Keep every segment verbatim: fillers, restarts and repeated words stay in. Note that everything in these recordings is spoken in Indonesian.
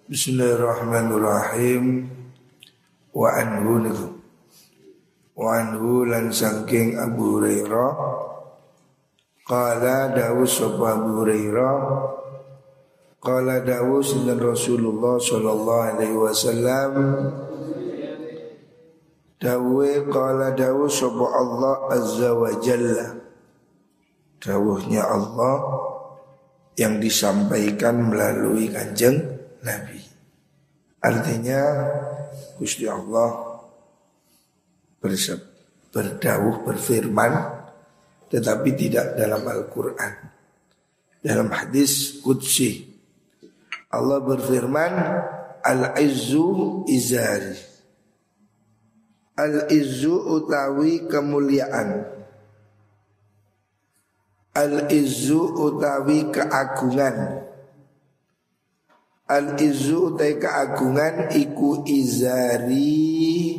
Bismillahirrahmanirrahim. Wa anhu niku Wa anhu lan sangking Abu Hurairah qala dawu sapa Abu Hurairah qala dawu sinten Rasulullah sallallahu alaihi wasallam dawe qala dawu sapa Allah azza wa jalla, dawuhnya Allah yang disampaikan melalui Kanjeng Nabi. Artinya Gusti Allah bersab, berdawuh, berfirman, tetapi tidak dalam Al-Quran. Dalam hadis Qudsi Allah berfirman, Al-izzu izari, Al-izzu utawi kemuliaan, Al-izzu utawi keagungan, Al-izzu utai keagungan iku izari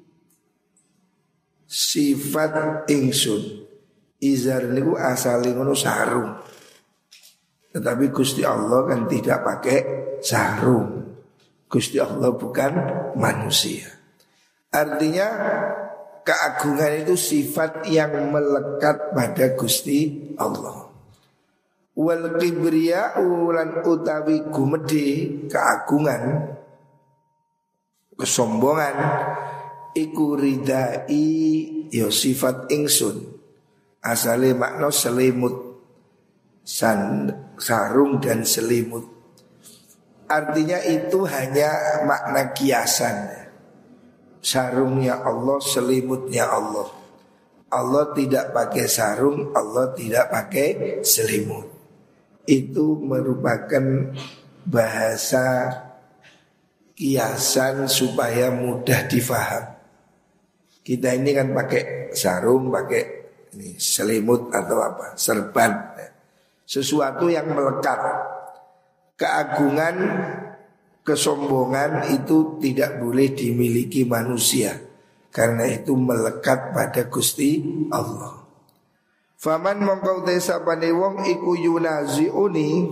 sifat ingsun. Izar niku asale ngono sarung. Tetapi Gusti Allah kan tidak pakai sarung. Gusti Allah bukan manusia. Artinya keagungan itu sifat yang melekat pada Gusti Allah. Wal kibriya'u lan utawi gumedhe keagungan, kesombongan iku ridai ya sifat ingsun. Asale makna selimut, san, sarung dan selimut. Artinya itu hanya makna kiasan. Sarungnya Allah, selimutnya Allah. Allah tidak pakai sarung, Allah tidak pakai selimut. Itu merupakan bahasa kiasan supaya mudah difaham. Kita ini kan pakai sarung, pakai ini selimut atau apa, serban, sesuatu yang melekat. Keagungan, kesombongan itu tidak boleh dimiliki manusia, karena itu melekat pada Gusti Allah. Faman mongkau desa pane wong iku yunaziuni,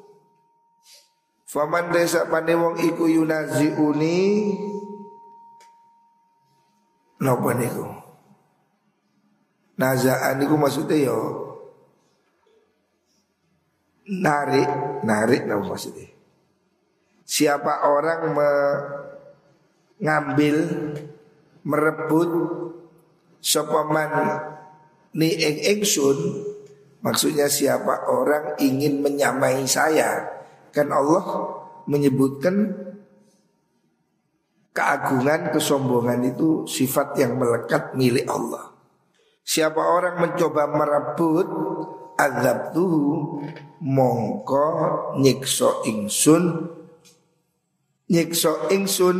Faman desa pane wong iku yunaziuni, napa niku? Nazaan niku maksudnya yo narik, narik napa maksudnya? Siapa orang mengambil, merebut sopaman ni ing ingsun, maksudnya siapa orang ingin menyamai saya. Kan Allah menyebutkan keagungan, kesombongan itu sifat yang melekat milik Allah. Siapa orang mencoba merebut, azabtuhu mongko nyiksa ingsun, nyiksa ingsun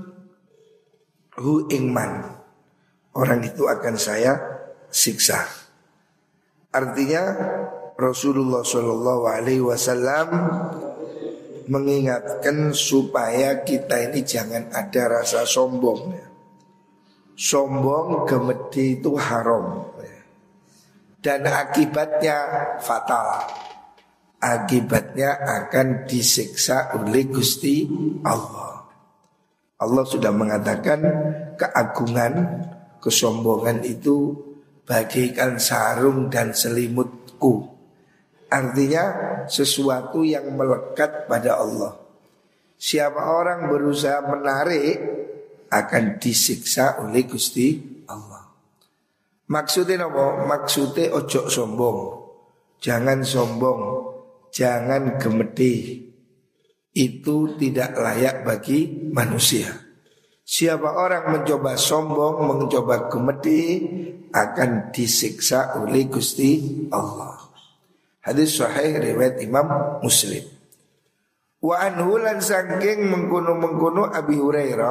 hu ingman, orang itu akan saya siksa. Artinya Rasulullah Shallallahu Alaihi Wasallam mengingatkan supaya kita ini jangan ada rasa sombong. Sombong, gemedi itu haram dan akibatnya fatal. Akibatnya akan disiksa oleh Gusti Allah. Allah sudah mengatakan keagungan, kesombongan itu bagaikan sarung dan selimutku. Artinya sesuatu yang melekat pada Allah. Siapa orang berusaha menarik akan disiksa oleh Gusti Allah. Maksudnya apa? Maksudnya ojo sombong, jangan sombong, jangan gemedi. Itu tidak layak bagi manusia. Siapa orang mencoba sombong, mencoba gemedi, akan disiksa oleh Gusti Allah. Hadis sahih riwayat Imam Muslim. Wa anhu lan saking mengkono-mengkono Abi Hurairah,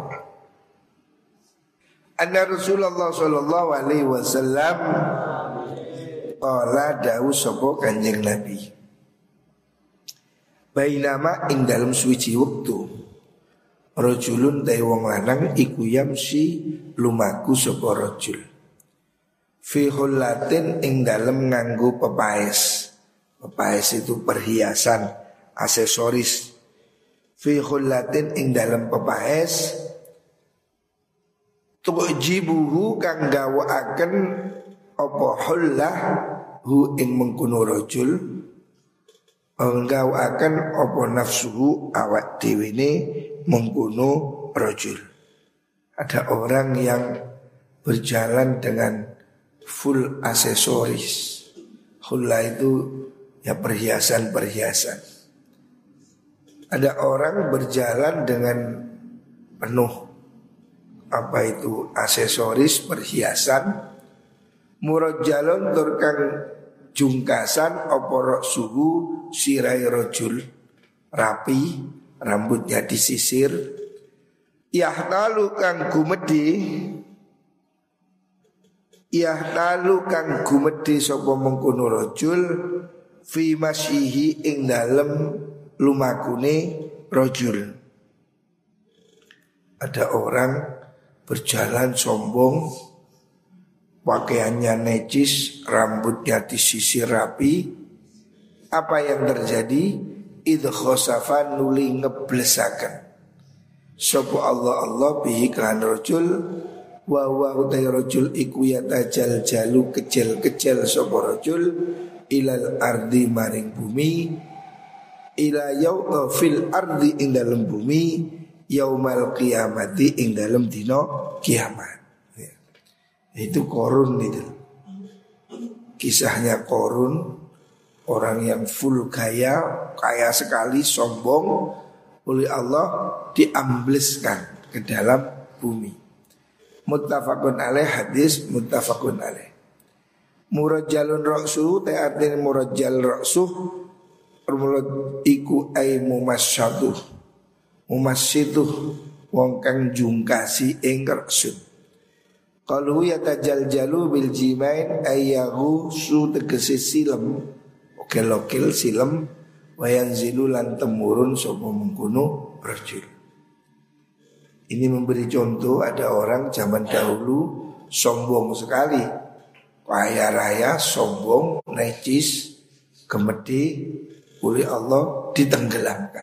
anna Rasulullah sallallahu alaihi wasallam qala dawu sapa Kanjeng Nabi, bainama ing dalam suci wektu rajulun ta wong lanang iku yamsi lumaku sapa rajul fi hullatin ing dalem nganggo pepaes. Pepaes itu perhiasan, aksesoris. fi khullatin ing dalam pepaes tujibuhu kang gawaaken apa hullah hu ing mengkono rajul gawaaken apa nafsuhu awak dhewe ne mengkono rajul. Ada orang yang berjalan dengan full aksesoris. Hullah itu ya perhiasan-perhiasan. Ada orang berjalan dengan penuh apa itu aksesoris perhiasan, murajjalun turkang jungkasan apa suhu sirai rojul, rapi, rambutnya disisir, yahtalu kang gumedi, yahtalu kang gumedi sapa mengkono rojul fi masyihi ing dalem lumakune rojul. Ada orang berjalan sombong, pakaiannya necis, rambutnya disisir rapi. Apa yang terjadi? Idh khosafa nuli ngeblesakan sapa Allah Allah bihi kan rojul, wa wa utai rojul iku yatajal jalu kecil-kecil sapa rojul ilal ardi maring bumi, ila yaum fil ardi ing dalem bumi, yaumal qiyamati ing dalem dina kiamat. Ya. Itu Korun itu. Kisahnya Korun, orang yang full gaya, kaya sekali, sombong, oleh Allah diambleskan ke dalam bumi. Muttafaqun alaih, hadis muttafaqun alaih. Murajjalun ra'su ta'atin murajjal ra'su Rumulad iku ay mumasyadu mumasyidu wong kang jungkasi ing ra'sun. Qalu yatajal-jalu bil jimain ayyahu su tegesi silem, okel-okel silem, wayanzilu lan temurun sapa mengkono rajul. Ini memberi contoh, ada orang zaman dahulu sombong sekali, kaya raya, sombong, necis, gemedi, oleh Allah ditenggelamkan.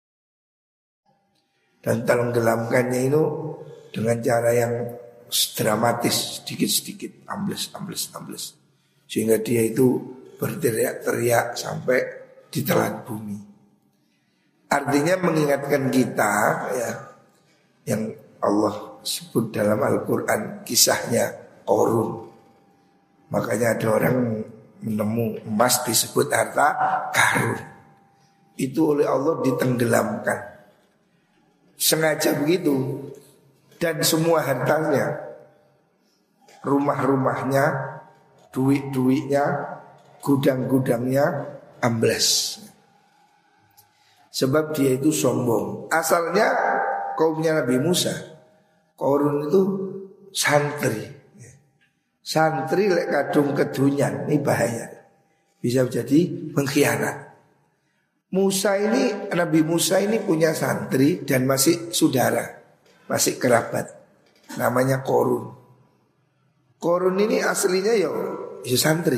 Dan tenggelamkannya itu dengan cara yang dramatis, sedikit-sedikit, ambles, ambles, ambles, sehingga dia itu berteriak-teriak sampai ditelan bumi. Artinya mengingatkan kita ya, yang Allah sebut dalam Al-Quran kisahnya Korun. Makanya ada orang menemu emas disebut harta karun. Itu oleh Allah ditenggelamkan, sengaja begitu. Dan semua hartanya, rumah-rumahnya, duit-duitnya, gudang-gudangnya ambles. Sebab dia itu sombong. Asalnya kaumnya Nabi Musa, Korun itu santri. Santri lek kadung kedunyan, ini bahaya. Bisa jadi mengkhianat. Musa ini, Nabi Musa ini punya santri dan masih saudara, masih kerabat. Namanya Korun. Korun ini aslinya ya, ya santri.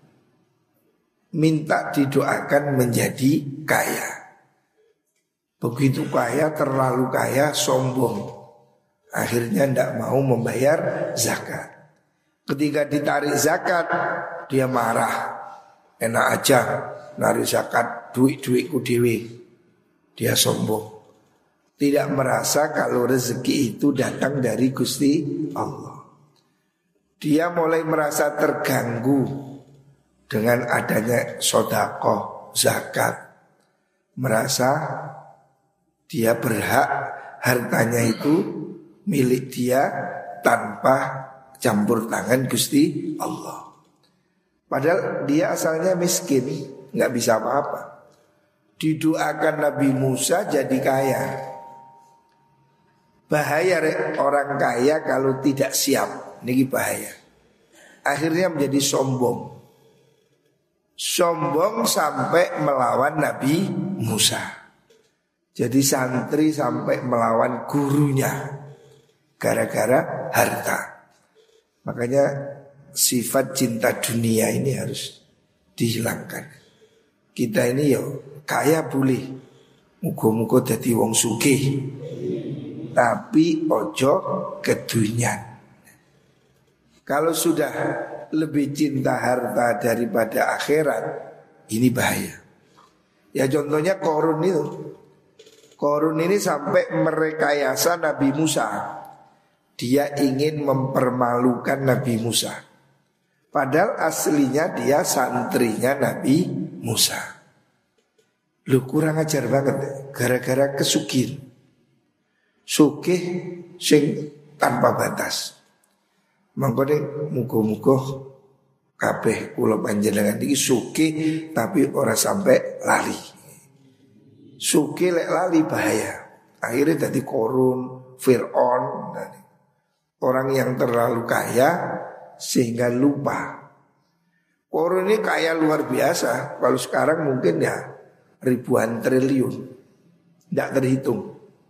Minta didoakan menjadi kaya. Begitu kaya, terlalu kaya, sombong. Akhirnya tidak mau membayar zakat. Ketika ditarik zakat, dia marah. Enak aja narik zakat, duit-duitku dewe. Dia sombong. Tidak merasa kalau rezeki itu datang dari Gusti Allah. Dia mulai merasa terganggu dengan adanya sedekah, zakat. Merasa dia berhak hartanya itu milik dia tanpa campur tangan Gusti Allah. Padahal dia asalnya miskin, nggak bisa apa-apa. Didoakan Nabi Musa jadi kaya. Bahaya orang kaya kalau tidak siap. Ini bahaya. Akhirnya menjadi sombong. Sombong sampai melawan Nabi Musa. Jadi santri sampai melawan gurunya gara-gara harta. Makanya sifat cinta dunia ini harus dihilangkan. Kita ini yo kaya boleh, muga-muga dadi wong sugih. Tapi ojo kedunyan. Kalau sudah lebih cinta harta daripada akhirat, ini bahaya. Ya contohnya Qarun itu. Qarun ini sampai merekayasa Nabi Musa. Dia ingin mempermalukan Nabi Musa. Padahal aslinya dia santrinya Nabi Musa. Lu kurang ajar banget, gara-gara kesugih. Sugih sing tanpa batas. Mangkone muga-muga kabeh kula panjenengan iki sugih tapi ora sampai lali. Sugih lek lali bahaya. Akhirnya jadi Qarun, Fir'aun, orang yang terlalu kaya sehingga lupa. Qarun ini kaya luar biasa. Kalau sekarang mungkin ya ribuan triliun, tidak terhitung.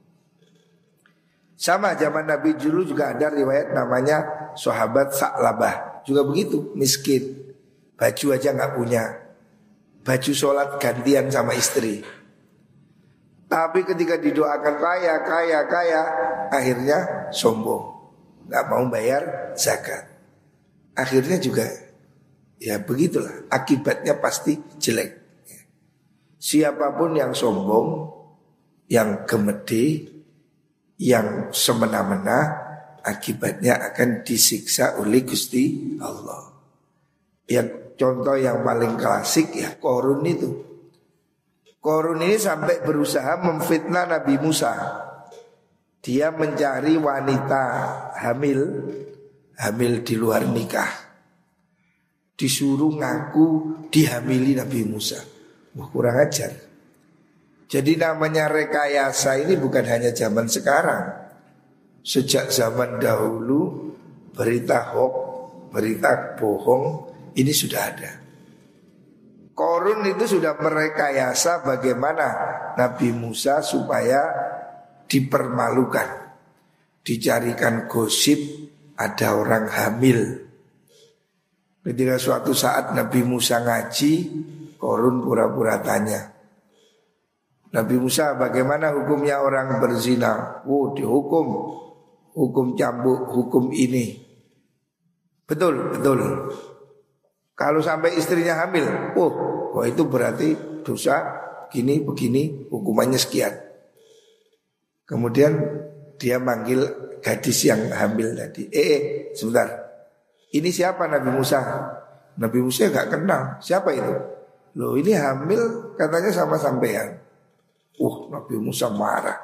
Sama zaman Nabi dulu juga ada riwayat namanya sahabat Sa'labah. Juga begitu, miskin, baju aja nggak punya, baju sholat gantian sama istri. Tapi ketika didoakan kaya, kaya, kaya, akhirnya sombong, nggak mau bayar zakat. Akhirnya juga ya begitulah, akibatnya pasti jelek. Siapapun yang sombong, yang gemede, yang semena-mena, akibatnya akan disiksa oleh Gusti Allah. Yang contoh yang paling klasik ya Qarun itu. Qarun ini sampai berusaha memfitnah Nabi Musa. Dia mencari wanita hamil, hamil di luar nikah. Disuruh ngaku dihamili Nabi Musa. Wah, kurang ajar. Jadi namanya rekayasa ini bukan hanya zaman sekarang. Sejak zaman dahulu berita hoax, berita bohong ini sudah ada. Qarun itu sudah merekayasa bagaimana Nabi Musa supaya dipermalukan. Dicarikan gosip ada orang hamil. Ketika suatu saat Nabi Musa ngaji, Qarun pura-pura tanya, Nabi Musa, bagaimana hukumnya orang berzina? Oh, dihukum, hukum cambuk, hukum ini. Betul, betul. Kalau sampai istrinya hamil, oh, oh itu berarti dosa gini begini, hukumannya sekian. Kemudian dia manggil gadis yang hamil tadi. Eh, eh sebentar. Ini siapa Nabi Musa? Nabi Musa nggak kenal. Siapa itu? Loh, ini hamil katanya sama sampean. Uh, Nabi Musa marah.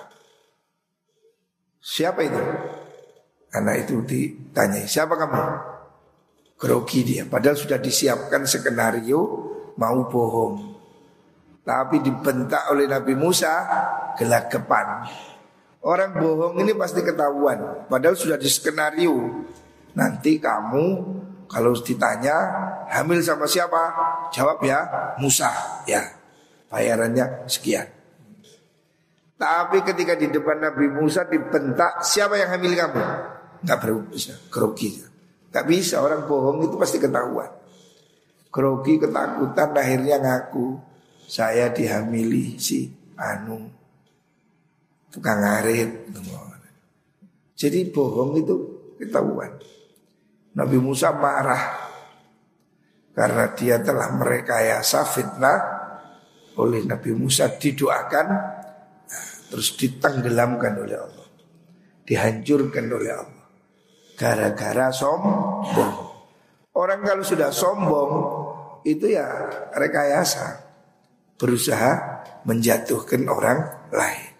Siapa itu? Anak itu ditanya, siapa kamu? Grogi dia, padahal sudah disiapkan skenario mau bohong. Tapi dibentak oleh Nabi Musa, gelagapan. Orang bohong ini pasti ketahuan, padahal sudah di skenario. Nanti kamu kalau ditanya hamil sama siapa? Jawab ya Musa, ya. Bayarannya sekian. Tapi ketika di depan Nabi Musa dibentak, siapa yang hamil kamu? Gak bisa, grogi. Gak bisa, orang bohong itu pasti ketahuan. Grogi, ketakutan, akhirnya ngaku, saya dihamili si Anu, tukang ngarit. Jadi bohong itu ketahuan. Nabi Musa marah karena dia telah merekayasa fitnah. Oleh Nabi Musa didoakan, terus ditenggelamkan oleh Allah, dihancurkan oleh Allah, gara-gara sombong. Orang kalau sudah sombong itu ya rekayasa, berusaha menjatuhkan orang lain.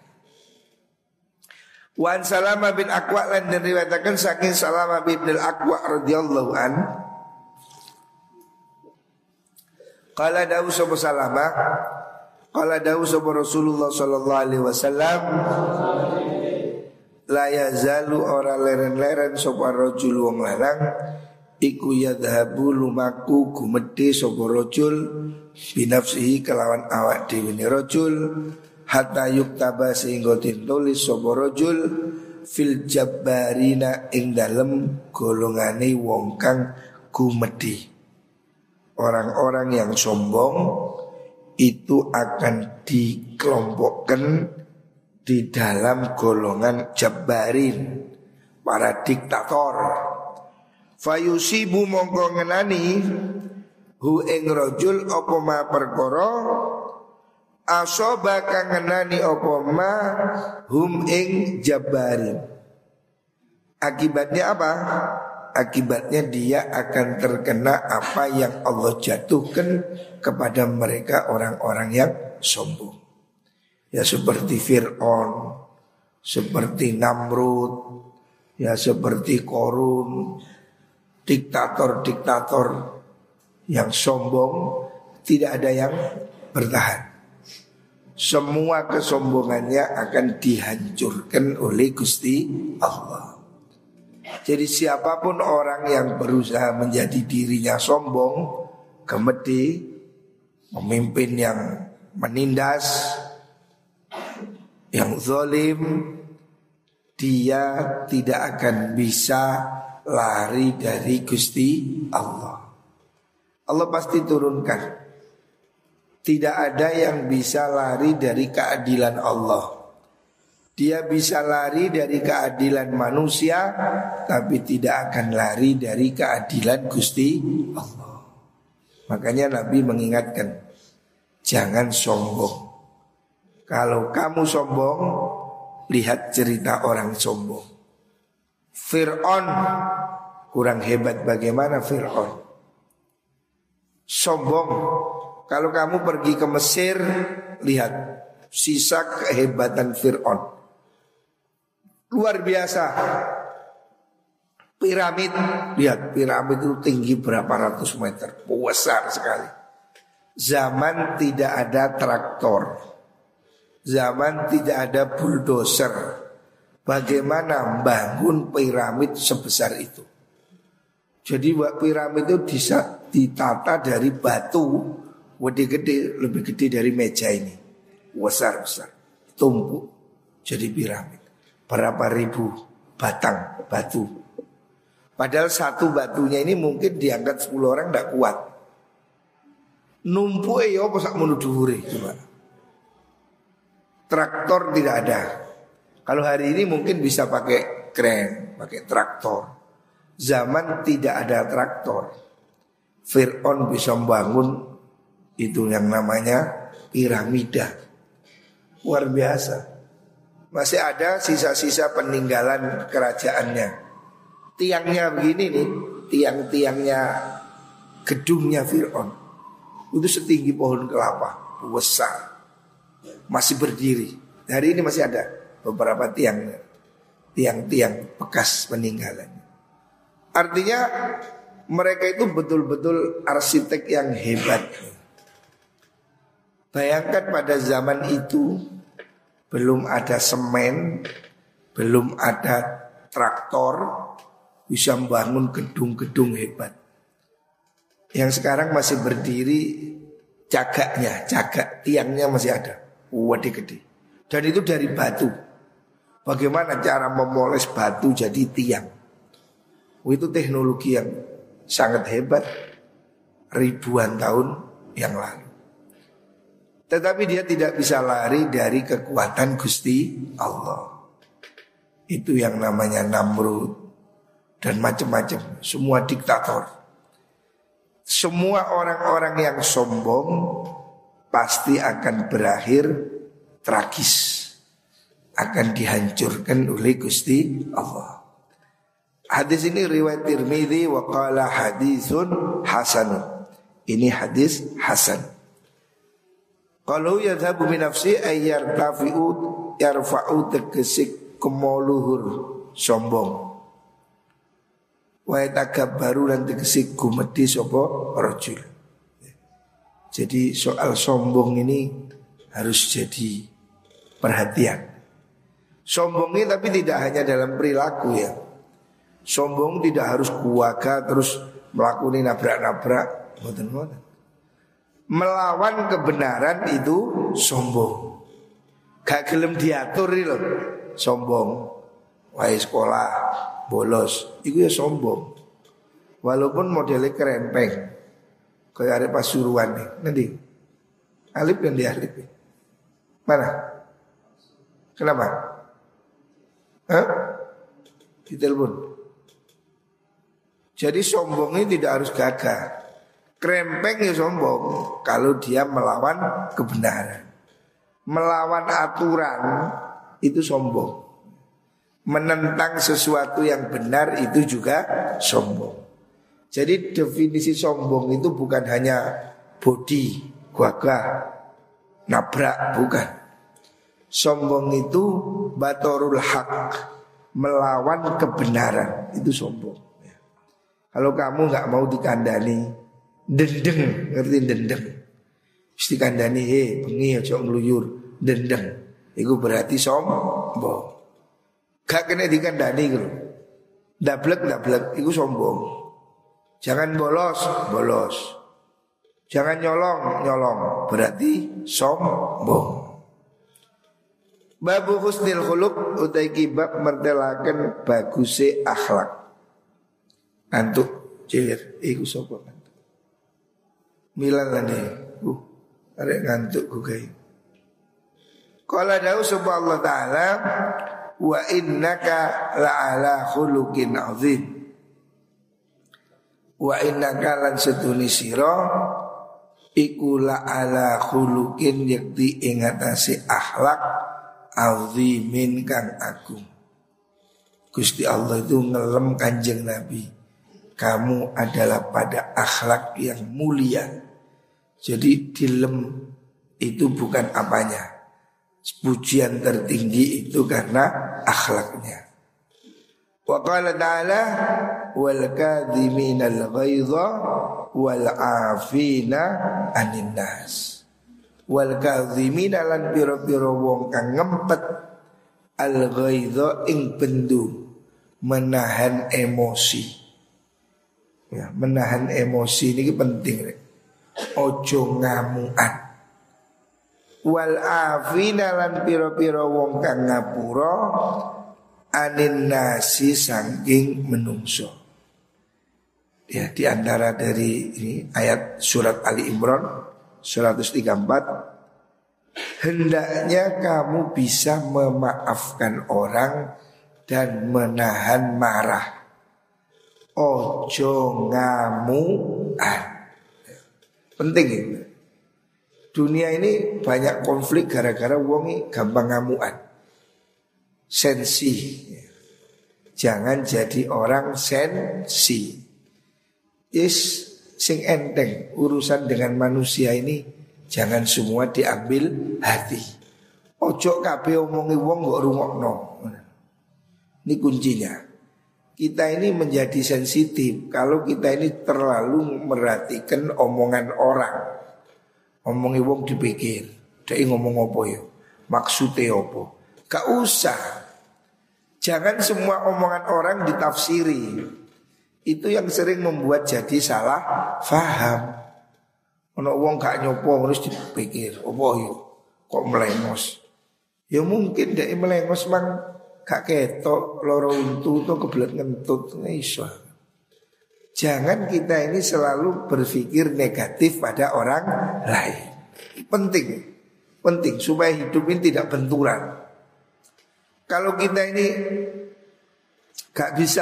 Wan Salama bin Aqwa lan diriwayatkan saking Salama bin Al-Aqwa radhiyallahu an. Qala dawu sapa Salama, qala dawu sapa Rasulullah sallallahu alaihi wasallam, la yazalu ora leren-leren sapa rajul wong lanang iku yadhabu lumaku gumedhe sapa rajul binafsihi kelawan awak dhewe ne rajul hatta yuktaba sehingga ditulis sapa rajul fil jabbarina ing dalem golongane wong kang gumedhe. Orang-orang yang sombong itu akan dikelompokkan di dalam golongan jabbarin, para diktator. Fayusibu mongko ngenani hu ing rajul apa ma perkara asoba kang ngenani apa ma hum ing jabbarin. Akibatnya apa? Akibatnya dia akan terkena apa yang Allah jatuhkan kepada mereka orang-orang yang sombong. Ya seperti Fir'aun, seperti Namrud, ya seperti Korun, diktator-diktator yang sombong, tidak ada yang bertahan. Semua kesombongannya akan dihancurkan oleh Gusti Allah. Jadi siapapun orang yang berusaha menjadi dirinya sombong, gemedi, memimpin yang menindas, yang zalim, dia tidak akan bisa lari dari Gusti Allah. Allah pasti turunkan. Tidak ada yang bisa lari dari keadilan Allah. Dia bisa lari dari keadilan manusia, tapi tidak akan lari dari keadilan Gusti Allah. Makanya Nabi mengingatkan, jangan sombong. Kalau kamu sombong, lihat cerita orang sombong. Fir'aun, kurang hebat bagaimana Fir'aun? Sombong. Kalau kamu pergi ke Mesir, lihat sisa kehebatan Fir'aun. Luar biasa. Piramid, lihat piramid itu tinggi berapa ratus meter, besar sekali. Zaman tidak ada traktor, zaman tidak ada bulldozer. Bagaimana bangun piramid sebesar itu? Jadi piramid itu bisa ditata dari batu, gede-gede, lebih gede dari meja ini, besar-besar, tumpuk jadi piramid. Berapa ribu batang batu. Padahal satu batunya ini mungkin diangkat sepuluh orang tidak kuat. Numpuk ya apa sak munu dhuwure gimana? Traktor tidak ada. Kalau hari ini mungkin bisa pakai kren, pakai traktor. Zaman tidak ada traktor. Fir'aun bisa membangun itu yang namanya piramida. Luar biasa. Masih ada sisa-sisa peninggalan kerajaannya. Tiangnya begini nih, tiang-tiangnya gedungnya Fir'aun itu setinggi pohon kelapa, besar, masih berdiri. Hari ini masih ada beberapa tiang, tiang-tiang bekas peninggalan. Artinya mereka itu betul-betul arsitek yang hebat. Bayangkan pada zaman itu belum ada semen, belum ada traktor, bisa membangun gedung-gedung hebat. Yang sekarang masih berdiri cagaknya, cagak tiangnya masih ada, waduh gede. Dan itu dari batu. Bagaimana cara memoles batu jadi tiang? Itu teknologi yang sangat hebat ribuan tahun yang lalu. Tetapi dia tidak bisa lari dari kekuatan Gusti Allah. Itu yang namanya Namrud dan macam-macam, semua diktator. Semua orang-orang yang sombong pasti akan berakhir tragis, akan dihancurkan oleh Gusti Allah. Hadis ini riwayat Tirmidzi wa qala hadisun hasan. Ini hadis hasan. Kalau yadhabu min nafsi ayyar tafi'ud yarfa'u tekesik kemoluhur sombong. Wa yatakabbaru lan tekesik gumedi sapa rajul. Jadi soal sombong ini harus jadi perhatian. Sombong ini tapi tidak hanya dalam perilaku ya. Sombong tidak harus kuwaga terus melakukan nabrak-nabrak, mboten-mboten. Melawan kebenaran itu sombong. Gak gelem diatur lho, sombong. Wae sekolah bolos, itu ya sombong. Walaupun modelnya kerempeng, kayak ada pasuruan nih. Nanti Alif dan di Alif. Mana? Kenapa? Hah? Ditelepon. Jadi sombong ini tidak harus gagah. Krempeng ya sombong kalau dia melawan kebenaran. Melawan aturan itu sombong. Menentang sesuatu yang benar itu juga sombong. Jadi definisi sombong itu bukan hanya body, gagah, nabrak, bukan. Sombong itu batorul haq, melawan kebenaran, itu sombong. Kalau kamu nggak mau dikandani, dendeng, ngerti dendeng? Mesti kandani, he, bengi aja ngluyur, dendeng. Itu berarti sombong. Gak kena dikandani gitu. Dablek dablek itu sombong. Jangan bolos, bolos. Jangan nyolong, nyolong. Berarti sombong. Babu husnil khuluq utai kibab mertelakan baguse akhlak. Antuk cilir, iku sapa antuk. Milan lane. Uh, arek ngantuk ku gawe. Qala dawu sapa Allah taala wa innaka la'ala khuluqin azim. Wa innaka lan seduni sira iku la'ala khuluqin yakti ing atase akhlak azimin kang agung. Gusti Allah itu ngelem Kanjeng Nabi, kamu adalah pada akhlak yang mulia. Jadi dilem itu bukan apanya, pujian tertinggi itu karena akhlaknya. Wa qala ta'ala wal kadhiminal ghaidha wal 'afina 'anil nas. Wal kadhimina lan pira-pira wong kang ngempet al ghaidha ing bendu, menahan emosi. Ya, menahan emosi ini penting. Ojo ngamuan. Wal afina lan pira-pira wong kang ngapura anin nasi saking menungso. Ya, di antara dari ini ayat surat Ali Imran seratus tiga puluh empat, hendaknya kamu bisa memaafkan orang dan menahan marah. Ojo ngamuan. Penting ini. Dunia ini banyak konflik gara-gara wongi gampang ngamuan. Sensi. Jangan jadi orang sensi. Is sing enteng urusan dengan manusia ini jangan semua diambil hati. Ojo kabeh omongi wong mbok rungokno. Ini kuncinya. Kita ini menjadi sensitif kalau kita ini terlalu merhatikan omongan orang. Omongi wong dipikir, dia ngomong apa ya? Maksudnya apa? Gak usah. Jangan semua omongan orang ditafsiri. Itu yang sering membuat jadi salah faham. Ono wong gak nyopo harus dipikir, apa ya? Kok melengos? Ya mungkin dia melengos mang gak ketok loro untu to kebelet ngentut iso. Jangan kita ini selalu berpikir negatif pada orang lain. Penting, penting supaya hidup ini tidak benturan. Kalau kita ini gak bisa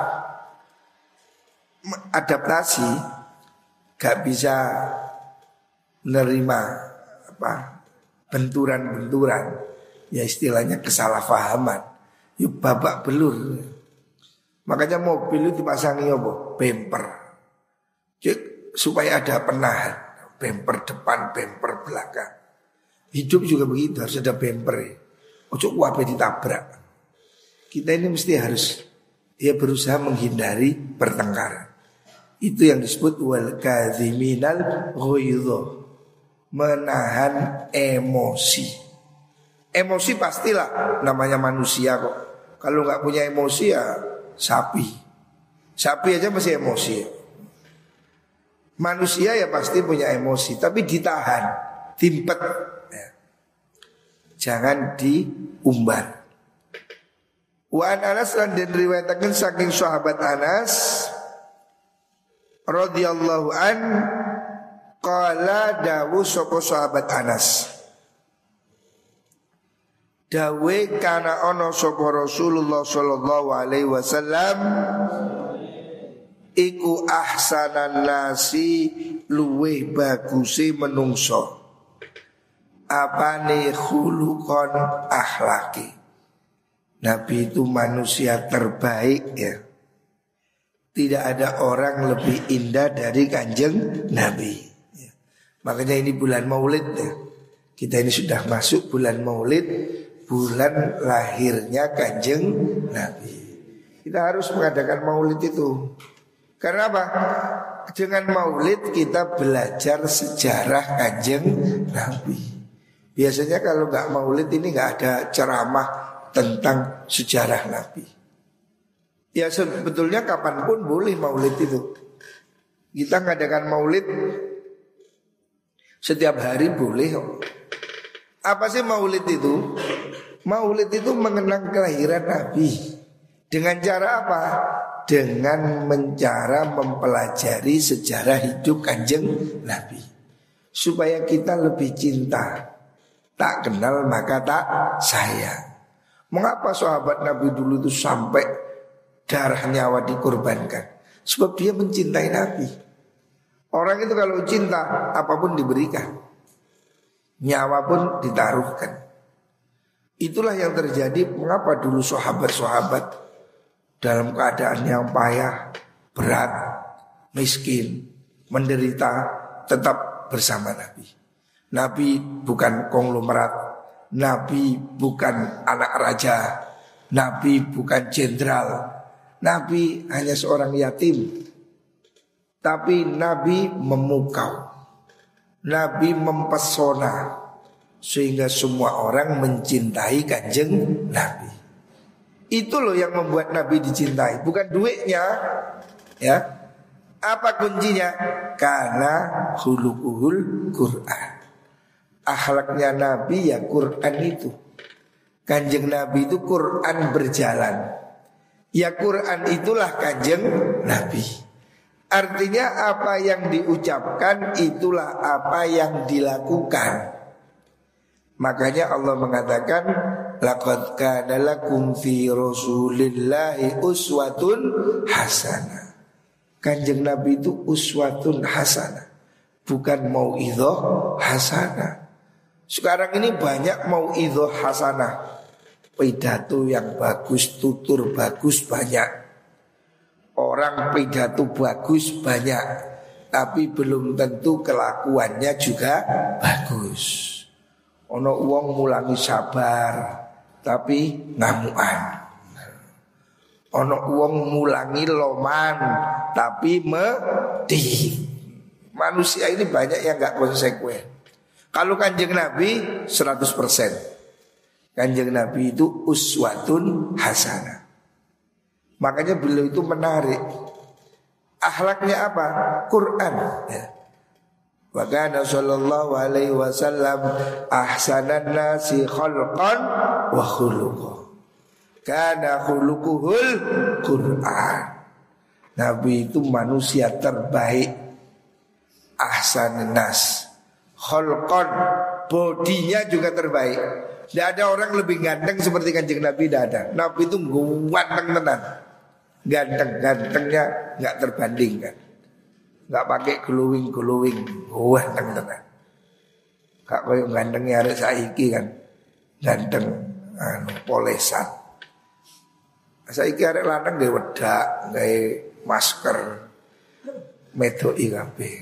adaptasi, gak bisa menerima apa benturan-benturan, ya istilahnya kesalahpahaman. Yuk babak belur. Makanya mobil itu dipasangi apa? Bumper. Cik, supaya ada penahan. Bumper depan, bumper belakang. Hidup juga begitu, harus ada bumper. Ojo kuape ditabrak. Kita ini mesti harus ya berusaha menghindari pertengkaran. Itu yang disebut wal kadhiminal ghaidha, menahan emosi. Emosi pastilah, namanya manusia kok. Kalau nggak punya emosi ya sapi. Sapi aja masih emosi. Manusia ya pasti punya emosi, tapi ditahan, timpet. Ya. Jangan diumbar. Wa an Anas lan den riwayataken saking sahabat Anas radhiyallahu an Qala dawu sapa sahabat Anas. Dawe kana ono sapa Rasulullah sallallahu alaihi wasallam iku ahsanan nasi luweh bagusi menungso. Apane khuluqon akhlaki. Nabi itu manusia terbaik ya. Tidak ada orang lebih indah dari kanjeng Nabi ya. Makanya ini bulan maulid ya. Kita ini sudah masuk bulan maulid, bulan lahirnya kanjeng Nabi. Kita harus mengadakan maulid itu. Karena apa? Dengan maulid kita belajar sejarah kanjeng Nabi. Biasanya kalau nggak maulid ini nggak ada ceramah tentang sejarah Nabi. Ya sebetulnya kapanpun boleh maulid itu. Kita ngadakan maulid setiap hari boleh. Apa sih maulid itu? Maulid itu mengenang kelahiran Nabi. Dengan cara apa? Dengan mencara mempelajari sejarah hidup kanjeng Nabi. Supaya kita lebih cinta. Tak kenal maka tak sayang. Mengapa sahabat Nabi dulu itu sampai darah nyawa dikorbankan? Sebab dia mencintai Nabi. Orang itu kalau cinta apapun diberikan, nyawa pun ditaruhkan. Itulah yang terjadi. Mengapa dulu sahabat-sahabat dalam keadaan yang payah, berat, miskin, menderita, tetap bersama Nabi. Nabi bukan konglomerat, Nabi bukan anak raja, Nabi bukan jenderal, Nabi hanya seorang yatim. Tapi Nabi memukau, Nabi mempesona, sehingga semua orang mencintai kanjeng Nabi. Itu loh yang membuat Nabi dicintai, bukan duitnya. Ya, apa kuncinya? Karena khuluquhul Quran. Akhlaknya Nabi ya Quran itu. Kanjeng Nabi itu Quran berjalan. Ya Quran itulah kanjeng Nabi. Artinya apa yang diucapkan itulah apa yang dilakukan. Makanya Allah mengatakan laqad kana lakum fi rasulillahi uswatun hasanah. Kanjeng Nabi itu uswatun hasanah, bukan mauidhah hasanah. Sekarang ini banyak mauidhah hasanah, pidato yang bagus, tutur bagus banyak. Orang pidato bagus banyak, tapi belum tentu kelakuannya juga bagus. Ono wong mulangi sabar, tapi ngamuan. Ono wong mulangi loman, tapi medih. Manusia ini banyak yang gak konsekuen. Kalau kanjeng Nabi seratus persen. Kanjeng Nabi itu uswatun hasanah. Makanya beliau itu menarik. Akhlaknya apa? Quran ya. Wa kana sallallahu alaihi wasallam ahsanan nasi khalqan wa khuluqan. Kana khuluquhul Quran. Nabi itu manusia terbaik. Ahsanan nas khalqan, bodinya juga terbaik. Tidak ada orang lebih ganteng seperti kanjeng Nabi, tidak ada. Nabi itu ganteng tenan. Ganteng-gantengnya nggak terbandingkan. Nggak pakai glowing-glowing, ganteng tenan. Gak koyo gantengnya arek saiki kan. Ganteng anu polesan. Saiki arek lanang gawe wedak, gawe masker. Medoki kabeh.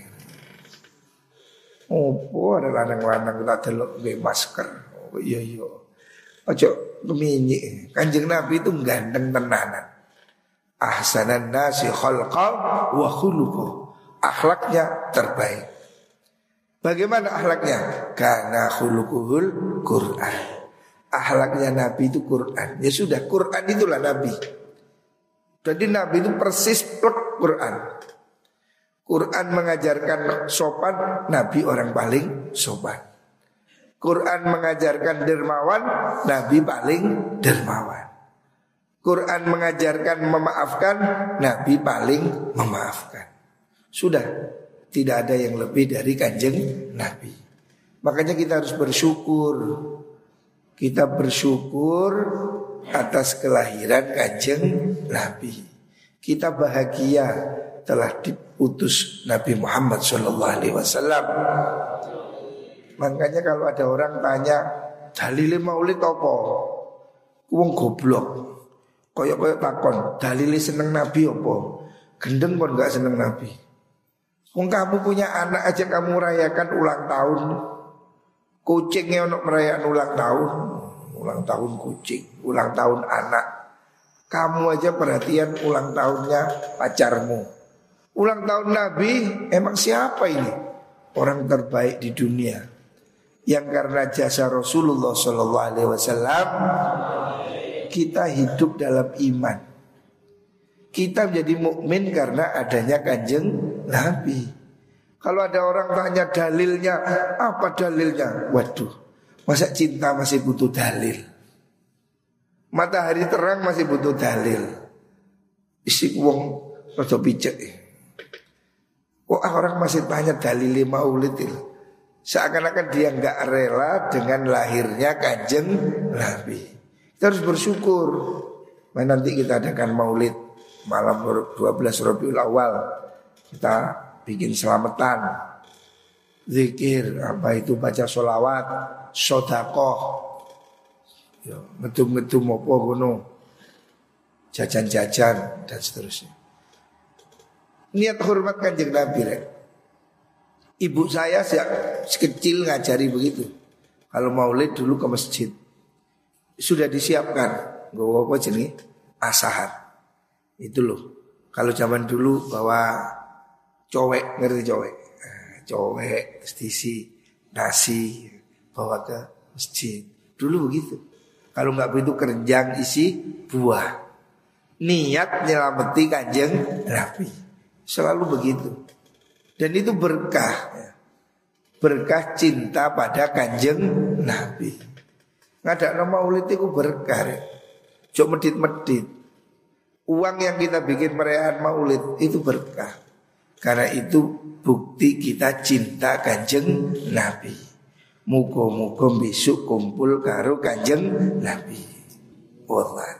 Opo ada lanang-lanang tak delok gawe masker. Oh iya iya. Ojo keminyi. Kanjeng Nabi itu ganteng tenanan. Ahsanan nasi khalqa wa khuluqa. Akhlaknya terbaik. Bagaimana akhlaknya? Karena khuluquhul Quran. Akhlaknya Nabi itu Quran. Ya sudah, Quran itulah Nabi. Jadi Nabi itu persis plek Quran. Quran mengajarkan sopan, Nabi orang paling sopan. Quran mengajarkan dermawan, Nabi paling dermawan. Quran mengajarkan memaafkan, Nabi paling memaafkan. Sudah, tidak ada yang lebih dari kanjeng Nabi. Makanya kita harus bersyukur. Kita bersyukur atas kelahiran kanjeng Nabi. Kita bahagia telah diutus Nabi Muhammad shallallahu alaihi wasallam. Makanya kalau ada orang tanya dalile maulid apa? Wong goblok. Koyok-koyok takon, dalile seneng Nabi apa? Gendeng pun gak seneng Nabi. Wong kamu punya anak aja kamu rayakan ulang tahun. Kucingnya untuk merayakan ulang tahun. Ulang tahun kucing, ulang tahun anak. Kamu aja perhatian ulang tahunnya pacarmu. Ulang tahun Nabi, emang siapa ini? Orang terbaik di dunia. Yang karena jasa Rasulullah shallallahu alaihi wasallam kita hidup dalam iman. Kita menjadi mukmin karena adanya kanjeng Nabi. Kalau ada orang tanya dalilnya, apa dalilnya? Waduh, masa cinta masih butuh dalil? Matahari terang masih butuh dalil. Isi wong rada picek. Kok orang masih tanya dalil maulid itu? Seakan-akan dia nggak rela dengan lahirnya kanjeng Nabi. Kita harus bersyukur. Nah, nanti kita adakan maulid malam dua belas Rabiul Awal. Kita bikin selamatan, zikir, apa itu baca sholawat, sodakoh, ngedum-ngedum apa gunung, jajan-jajan dan seterusnya. Niat hormat kanjeng Nabi. Rek. Ibu saya sejak kecil ngajari begitu. Kalau maulid dulu ke masjid sudah disiapkan. Gue apa jenis asahan. Itu loh. Kalau zaman dulu bawa cowek, ngerti cowek? Cowek, stisi, nasi bawa ke masjid. Dulu begitu. Kalau nggak begitu kerenjang isi buah. Niat nyelameti kanjeng Nabi. Selalu begitu. Dan itu berkah ya. Berkah cinta pada kanjeng Nabi. Ngadakno maulid itu berkah ya. Cuk medit-medit. Uang yang kita bikin perayaan maulid itu berkah. Karena itu bukti kita cinta kanjeng Nabi. Muga-muga besok kumpul karo kanjeng Nabi. Wallah.